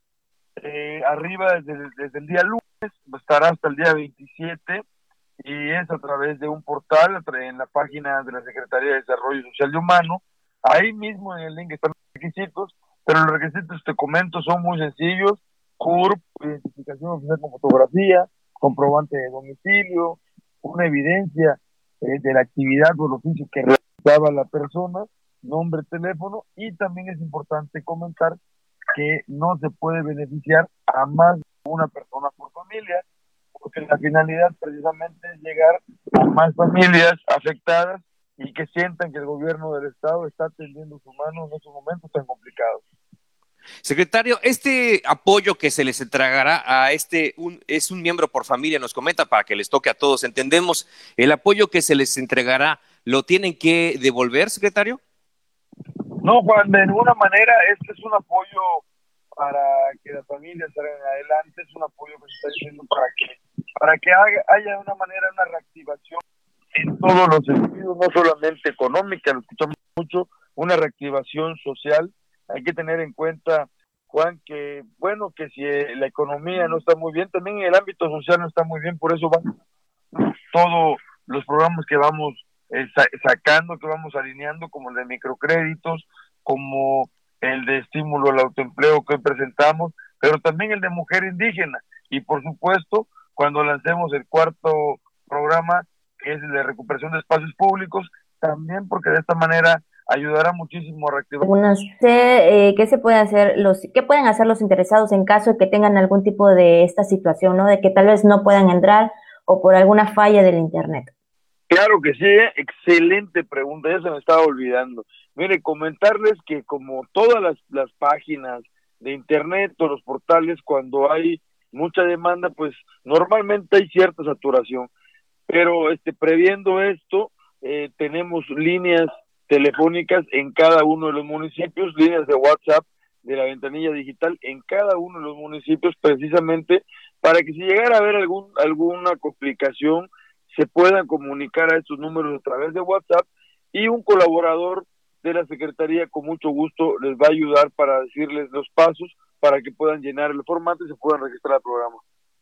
eh, arriba desde, desde el día lunes, estará hasta el día veintisiete y es a través de un portal en la página de la Secretaría de Desarrollo Social y Humano. Ahí mismo en el link están los requisitos, pero los requisitos, te comento, son muy sencillos: C U R P, identificación oficial con fotografía, comprobante de domicilio, una evidencia eh, de la actividad o el oficio que realizaba la persona, nombre, teléfono, y también es importante comentar que no se puede beneficiar a más de una persona por familia, porque la finalidad precisamente es llegar a más familias afectadas y que sientan que el gobierno del estado está tendiendo su mano en estos momentos tan complicados. Secretario, este apoyo que se les entregará a este, un, es un miembro por familia, nos comenta, para que les toque a todos, entendemos, el apoyo que se les entregará, ¿lo tienen que devolver, secretario? No, Juan, de ninguna manera. Este es un apoyo para que las familias salgan adelante, es un apoyo que se está diciendo para que para que haya, haya de una manera una reactivación en todos los sentidos, no solamente económica, lo escuchamos mucho, una reactivación social. Hay que tener en cuenta, Juan, que bueno, que si la economía no está muy bien, también el ámbito social no está muy bien, por eso van todos los programas que vamos eh, sacando, que vamos alineando, como el de microcréditos, como el de estímulo al autoempleo que hoy presentamos, pero también el de mujer indígena, y por supuesto, cuando lancemos el cuarto programa, que es el de recuperación de espacios públicos, también porque de esta manera ayudará muchísimo a reactivar. Algunas, eh, ¿qué se puede hacer los, qué pueden hacer los interesados en caso de que tengan algún tipo de esta situación, ¿no? De que tal vez no puedan entrar o por alguna falla del internet. Claro que sí, ¿eh? Excelente pregunta, ya se me estaba olvidando. Mire, comentarles que como todas las, las páginas de internet o los portales, cuando hay mucha demanda, pues normalmente hay cierta saturación, pero este previendo esto, eh, tenemos líneas telefónicas en cada uno de los municipios, líneas de WhatsApp de la ventanilla digital en cada uno de los municipios, precisamente para que si llegara a haber algún alguna complicación, se puedan comunicar a estos números a través de WhatsApp y un colaborador de la Secretaría con mucho gusto les va a ayudar para decirles los pasos para que puedan llenar el formato y se puedan registrar al programa.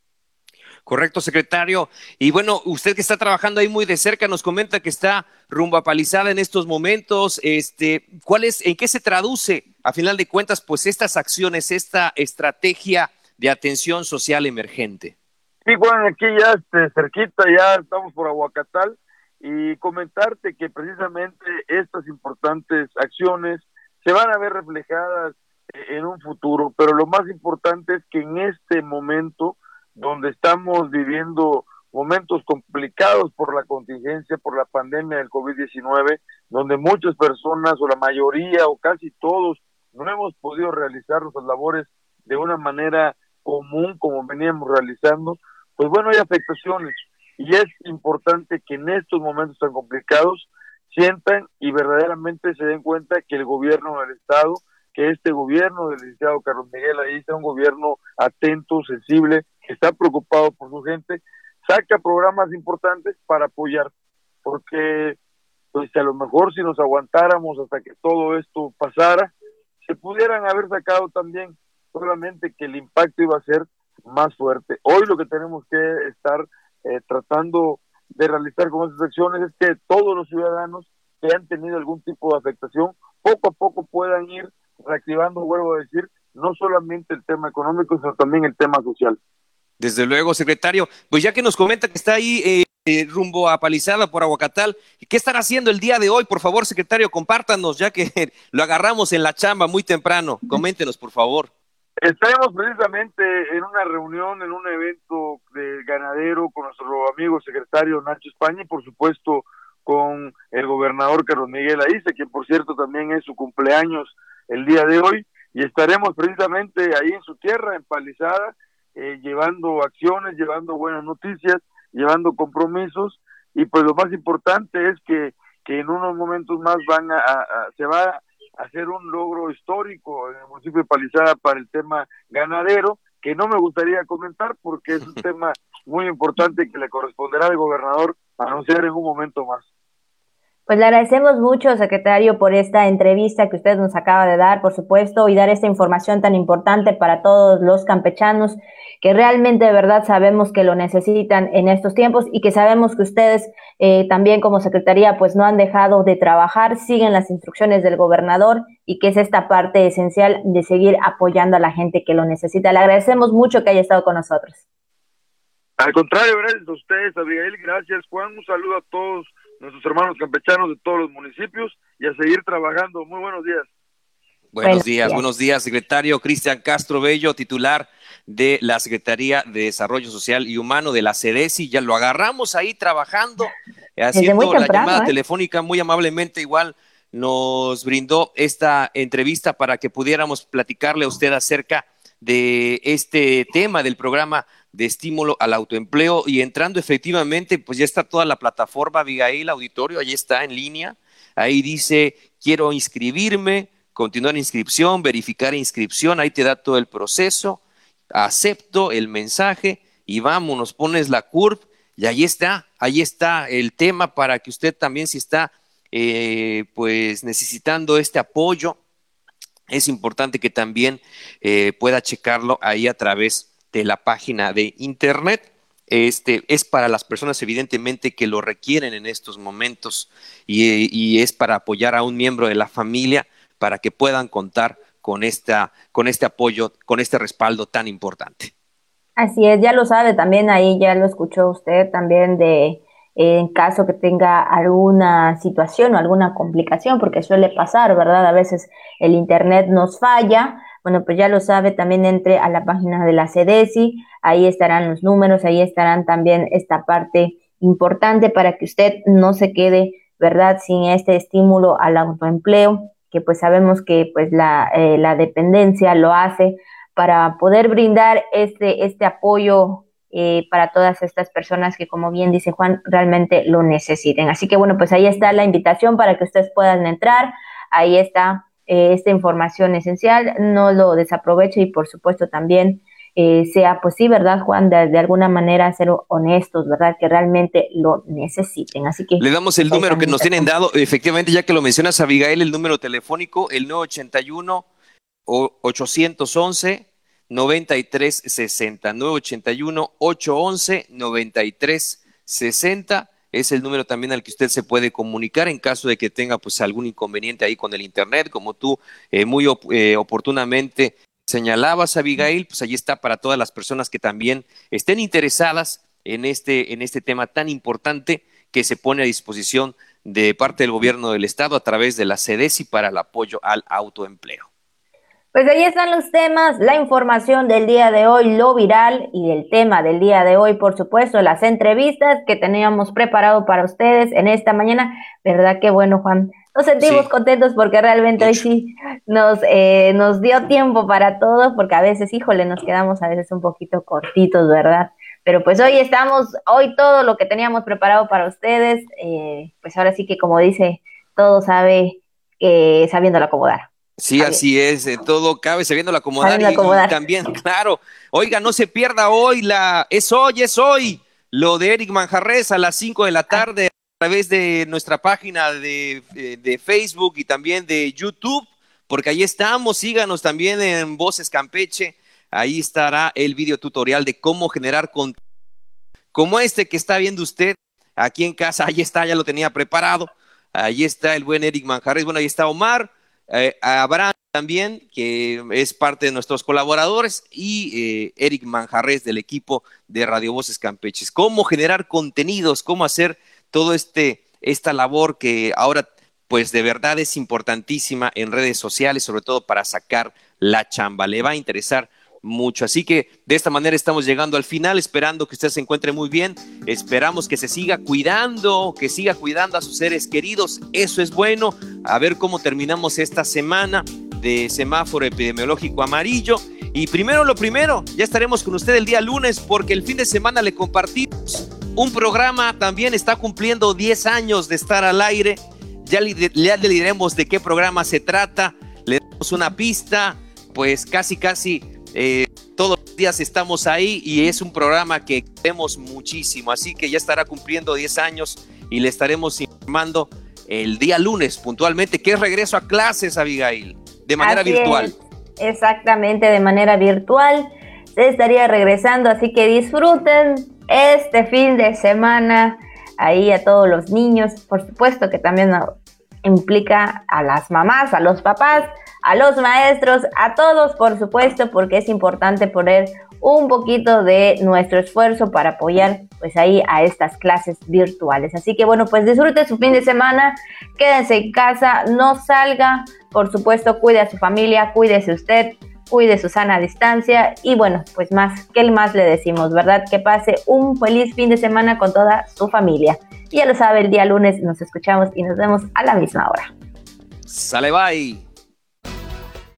Correcto, secretario. Y bueno, usted que está trabajando ahí muy de cerca nos comenta que está rumbo a Palizada en estos momentos. Este, ¿cuál es, en qué se traduce, a final de cuentas, pues estas acciones, esta estrategia de atención social emergente? Sí, Juan, aquí ya este, cerquita, ya estamos por Aguacatal, y comentarte que precisamente estas importantes acciones se van a ver reflejadas en un futuro, pero lo más importante es que en este momento, donde estamos viviendo momentos complicados por la contingencia, por la pandemia del COVID diecinueve, donde muchas personas o la mayoría o casi todos no hemos podido realizar nuestras labores de una manera común como veníamos realizando, pues bueno, hay afectaciones y es importante que en estos momentos tan complicados sientan y verdaderamente se den cuenta que el gobierno del Estado, que este gobierno del licenciado Carlos Miguel ahí está un gobierno atento, sensible, que está preocupado por su gente, saca programas importantes para apoyar, porque pues a lo mejor si nos aguantáramos hasta que todo esto pasara, se pudieran haber sacado también, solamente que el impacto iba a ser más fuerte. Hoy lo que tenemos que estar eh, tratando de realizar con estas acciones es que todos los ciudadanos que han tenido algún tipo de afectación, poco a poco puedan ir reactivando, vuelvo a decir, no solamente el tema económico, sino también el tema social. Desde luego, secretario. Pues ya que nos comenta que está ahí eh, eh, rumbo a Palizada por Aguacatal, ¿qué estará haciendo el día de hoy? Por favor, secretario, compártanos, ya que lo agarramos en la chamba muy temprano. Coméntenos, por favor. Estaremos precisamente en una reunión, en un evento de ganadero con nuestro amigo secretario Nacho España y por supuesto con el gobernador Carlos Miguel Aiza, quien por cierto también es su cumpleaños el día de hoy, y estaremos precisamente ahí en su tierra, en Palizada, eh, llevando acciones, llevando buenas noticias, llevando compromisos, y pues lo más importante es que, que en unos momentos más van a, a, a se va a hacer un logro histórico en el municipio de Palizada para el tema ganadero, que no me gustaría comentar porque es un tema muy importante que le corresponderá al gobernador anunciar en un momento más. Pues le agradecemos mucho, secretario, por esta entrevista que usted nos acaba de dar, por supuesto, y dar esta información tan importante para todos los campechanos que realmente de verdad sabemos que lo necesitan en estos tiempos y que sabemos que ustedes eh, también como secretaría pues no han dejado de trabajar, siguen las instrucciones del gobernador y que es esta parte esencial de seguir apoyando a la gente que lo necesita. Le agradecemos mucho que haya estado con nosotros. Al contrario, gracias a ustedes, Abigail, gracias Juan, un saludo a todos nuestros hermanos campechanos de todos los municipios y a seguir trabajando. Muy buenos días. Buenos, buenos días, días, buenos días, secretario Cristian Castro Bello, titular de la Secretaría de Desarrollo Social y Humano de la SEDESI. Ya lo agarramos ahí trabajando, haciendo la llamada ¿eh? telefónica, muy amablemente igual nos brindó esta entrevista para que pudiéramos platicarle a usted acerca de este tema del programa de estímulo al autoempleo y entrando efectivamente, pues ya está toda la plataforma, Abigail, auditorio, ahí está en línea, ahí dice, quiero inscribirme, continuar inscripción, verificar inscripción, ahí te da todo el proceso, acepto el mensaje y vámonos, pones la curva y ahí está, ahí está el tema para que usted también si está eh, pues necesitando este apoyo, es importante que también eh, pueda checarlo ahí a través de la página de internet. Este es para las personas evidentemente que lo requieren en estos momentos y, y es para apoyar a un miembro de la familia para que puedan contar con esta, con este apoyo, con este respaldo tan importante. Así es, ya lo sabe también ahí, ya lo escuchó usted también de en caso que tenga alguna situación o alguna complicación, porque suele pasar, ¿verdad? A veces el internet nos falla. Bueno, pues ya lo sabe, también entre a la página de la CEDESI, ahí estarán los números, ahí estarán también esta parte importante para que usted no se quede, ¿verdad?, sin este estímulo al autoempleo, que pues sabemos que pues la, eh, la dependencia lo hace para poder brindar este, este apoyo eh, para todas estas personas que, como bien dice Juan, realmente lo necesiten. Así que bueno, pues ahí está la invitación para que ustedes puedan entrar, ahí está eh, esta información esencial, no lo desaproveche y por supuesto también eh, sea pues sí, ¿verdad, Juan? De, de alguna manera ser honestos, ¿verdad? Que realmente lo necesiten. Así que le damos el número que nos tienen dado, efectivamente, ya que lo mencionas, Abigail, el número telefónico, el nueve ochenta y uno, ochocientos once, noventa y tres sesenta, nueve ochenta y uno, ochocientos once, noventa y tres sesenta, es el número también al que usted se puede comunicar en caso de que tenga pues algún inconveniente ahí con el internet, como tú eh, muy op eh, oportunamente señalabas, Abigail, pues allí está para todas las personas que también estén interesadas en este, en este tema tan importante que se pone a disposición de parte del gobierno del estado a través de la CEDESI para el apoyo al autoempleo. Pues ahí están los temas, la información del día de hoy, lo viral, y del tema del día de hoy, por supuesto, las entrevistas que teníamos preparado para ustedes en esta mañana. ¿Verdad que bueno, Juan? Nos sentimos sí. contentos porque realmente Mucho. hoy sí nos, eh, nos dio tiempo para todo, porque a veces, híjole, nos quedamos a veces un poquito cortitos, ¿verdad? Pero pues hoy estamos, hoy todo lo que teníamos preparado para ustedes, eh, pues ahora sí que como dice, todo sabe, eh, sabiéndolo acomodar. Sí, así es, eh, todo cabe sabiéndolo acomodar, y, acomodar y también, claro, oiga, no se pierda hoy, la es hoy, es hoy, lo de Eric Manjarrés a las cinco de la tarde a través de nuestra página de, de, de Facebook y también de YouTube, porque ahí estamos, síganos también en Voces Campeche, ahí estará el video tutorial de cómo generar contenido como este que está viendo usted aquí en casa, ahí está, ya lo tenía preparado, ahí está el buen Eric Manjarrés, bueno, ahí está Omar, Eh, Abraham también, que es parte de nuestros colaboradores, y eh, Eric Manjarrés del equipo de Radio Voces Campeches. Cómo generar contenidos, cómo hacer todo este esta labor que ahora pues de verdad es importantísima en redes sociales, sobre todo para sacar la chamba. Le va a interesar mucho, así que de esta manera estamos llegando al final, esperando que usted se encuentre muy bien, esperamos que se siga cuidando, que siga cuidando a sus seres queridos, eso es bueno, a ver cómo terminamos esta semana de semáforo epidemiológico amarillo, y primero lo primero, ya estaremos con usted el día lunes, porque el fin de semana le compartimos un programa, también está cumpliendo diez años de estar al aire, ya le, ya le diremos de qué programa se trata, le damos una pista, pues casi casi Eh, todos los días estamos ahí y es un programa que queremos muchísimo, así que ya estará cumpliendo diez años y le estaremos informando el día lunes puntualmente, que es regreso a clases, Abigail, de manera así virtual. Es, exactamente, de manera virtual se estaría regresando, así que disfruten este fin de semana ahí a todos los niños, por supuesto que también implica a las mamás, a los papás, a los maestros, a todos, por supuesto, porque es importante poner un poquito de nuestro esfuerzo para apoyar pues ahí a estas clases virtuales. Así que bueno, pues disfrute su fin de semana, quédense en casa, no salga, por supuesto, cuide a su familia, cuídese usted, cuide su sana distancia y bueno, pues más, ¿qué más le decimos, verdad? Que pase un feliz fin de semana con toda su familia. Y ya lo sabe, el día lunes nos escuchamos y nos vemos a la misma hora. Sale, bye.